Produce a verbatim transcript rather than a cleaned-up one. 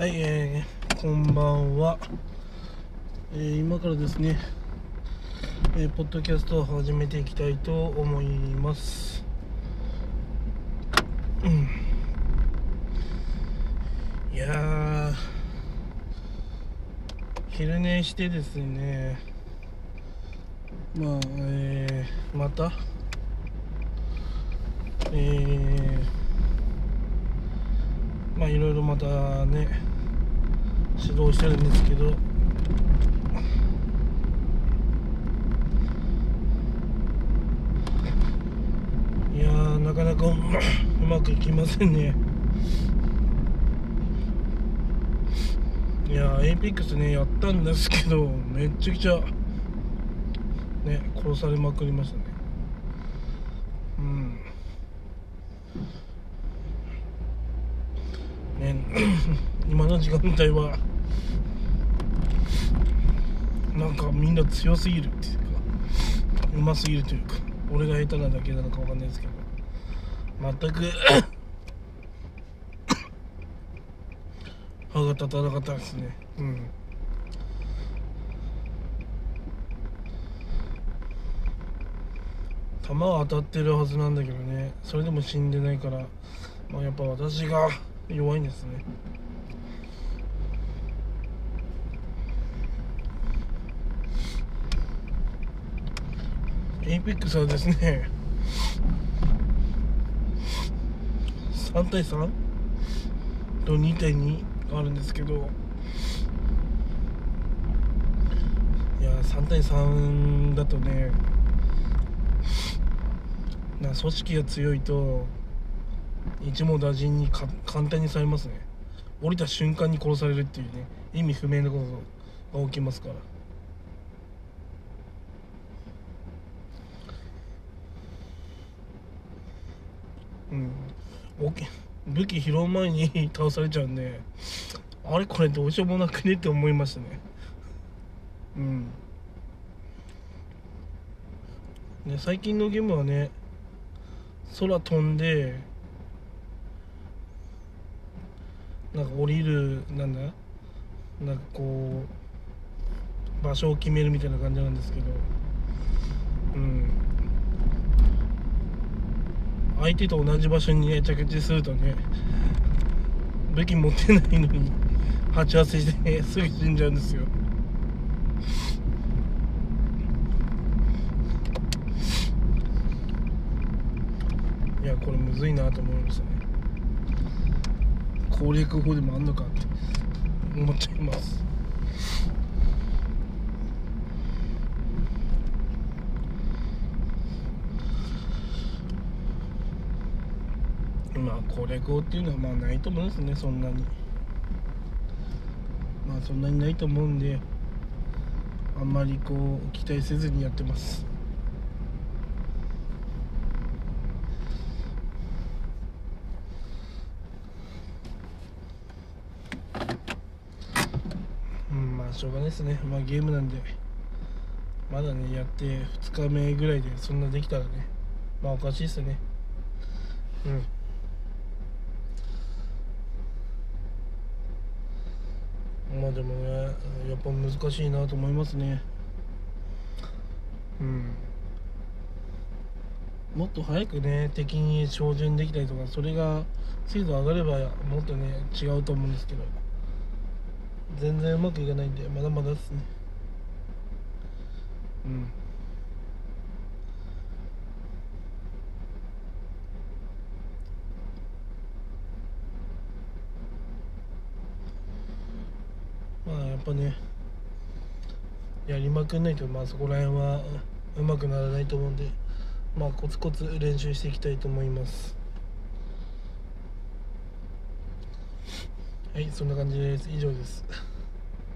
はい、えー、こんばんは、えー、今からですね、えー、ポッドキャストを始めていきたいと思います。うん、いやー昼寝してですね、まあ、えー、またえー、まあいろいろまたね指導してるんですけど、いやーなかなかうまくいきませんね。いやーエイペックスねやったんですけど、めっちゃくちゃね殺されまくりましたね。うんね今の時間帯はなんかみんな強すぎるっていうか、うますぎるというか、俺が下手なだけなのかわかんないですけど、全く歯が立たなかったですね。うん弾は当たってるはずなんだけどね、それでも死んでないから、まあ、やっぱ私が弱いんですね。エイペックスはですねさんたいさんとにたいにあるんですけど、いやさんたいさんだとね、な組織が強いと一網打尽にか簡単にされますね。降りた瞬間に殺されるっていうね、意味不明なことが起きますから。うん武器拾う前に倒されちゃうんで、あれこれどうしようもなくねって思いましたね。うんね、最近のゲームはね、空飛んでなんか降りる、なんだなんかこう場所を決めるみたいな感じなんですけど、うん相手と同じ場所にね着地するとね、武器持ってないのに鉢合わせして、ね、すぐ死んじゃうんですよ。いやこれむずいなと思いましたね。攻略法でもあんのかって思っちゃいます。まあ攻略法っていうのはまあないと思うんですね、そんなに。まあそんなにないと思うんで、あんまりこう期待せずにやってます。うん、まあしょうがないですね。まあゲームなんで、まだねやってふつかめぐらいでそんなできたらね、まあおかしいっすね。うんまあでもね、やっぱ難しいなと思いますね。うんもっと早くね敵に照準できたりとか、それが精度上がればもっとね違うと思うんですけど、全然うまくいかないんでまだまだですね。うんまあやっぱねやりまくんないと、まあそこら辺はうまくならないと思うんで、まあコツコツ練習していきたいと思います。はいそんな感じです。以上です。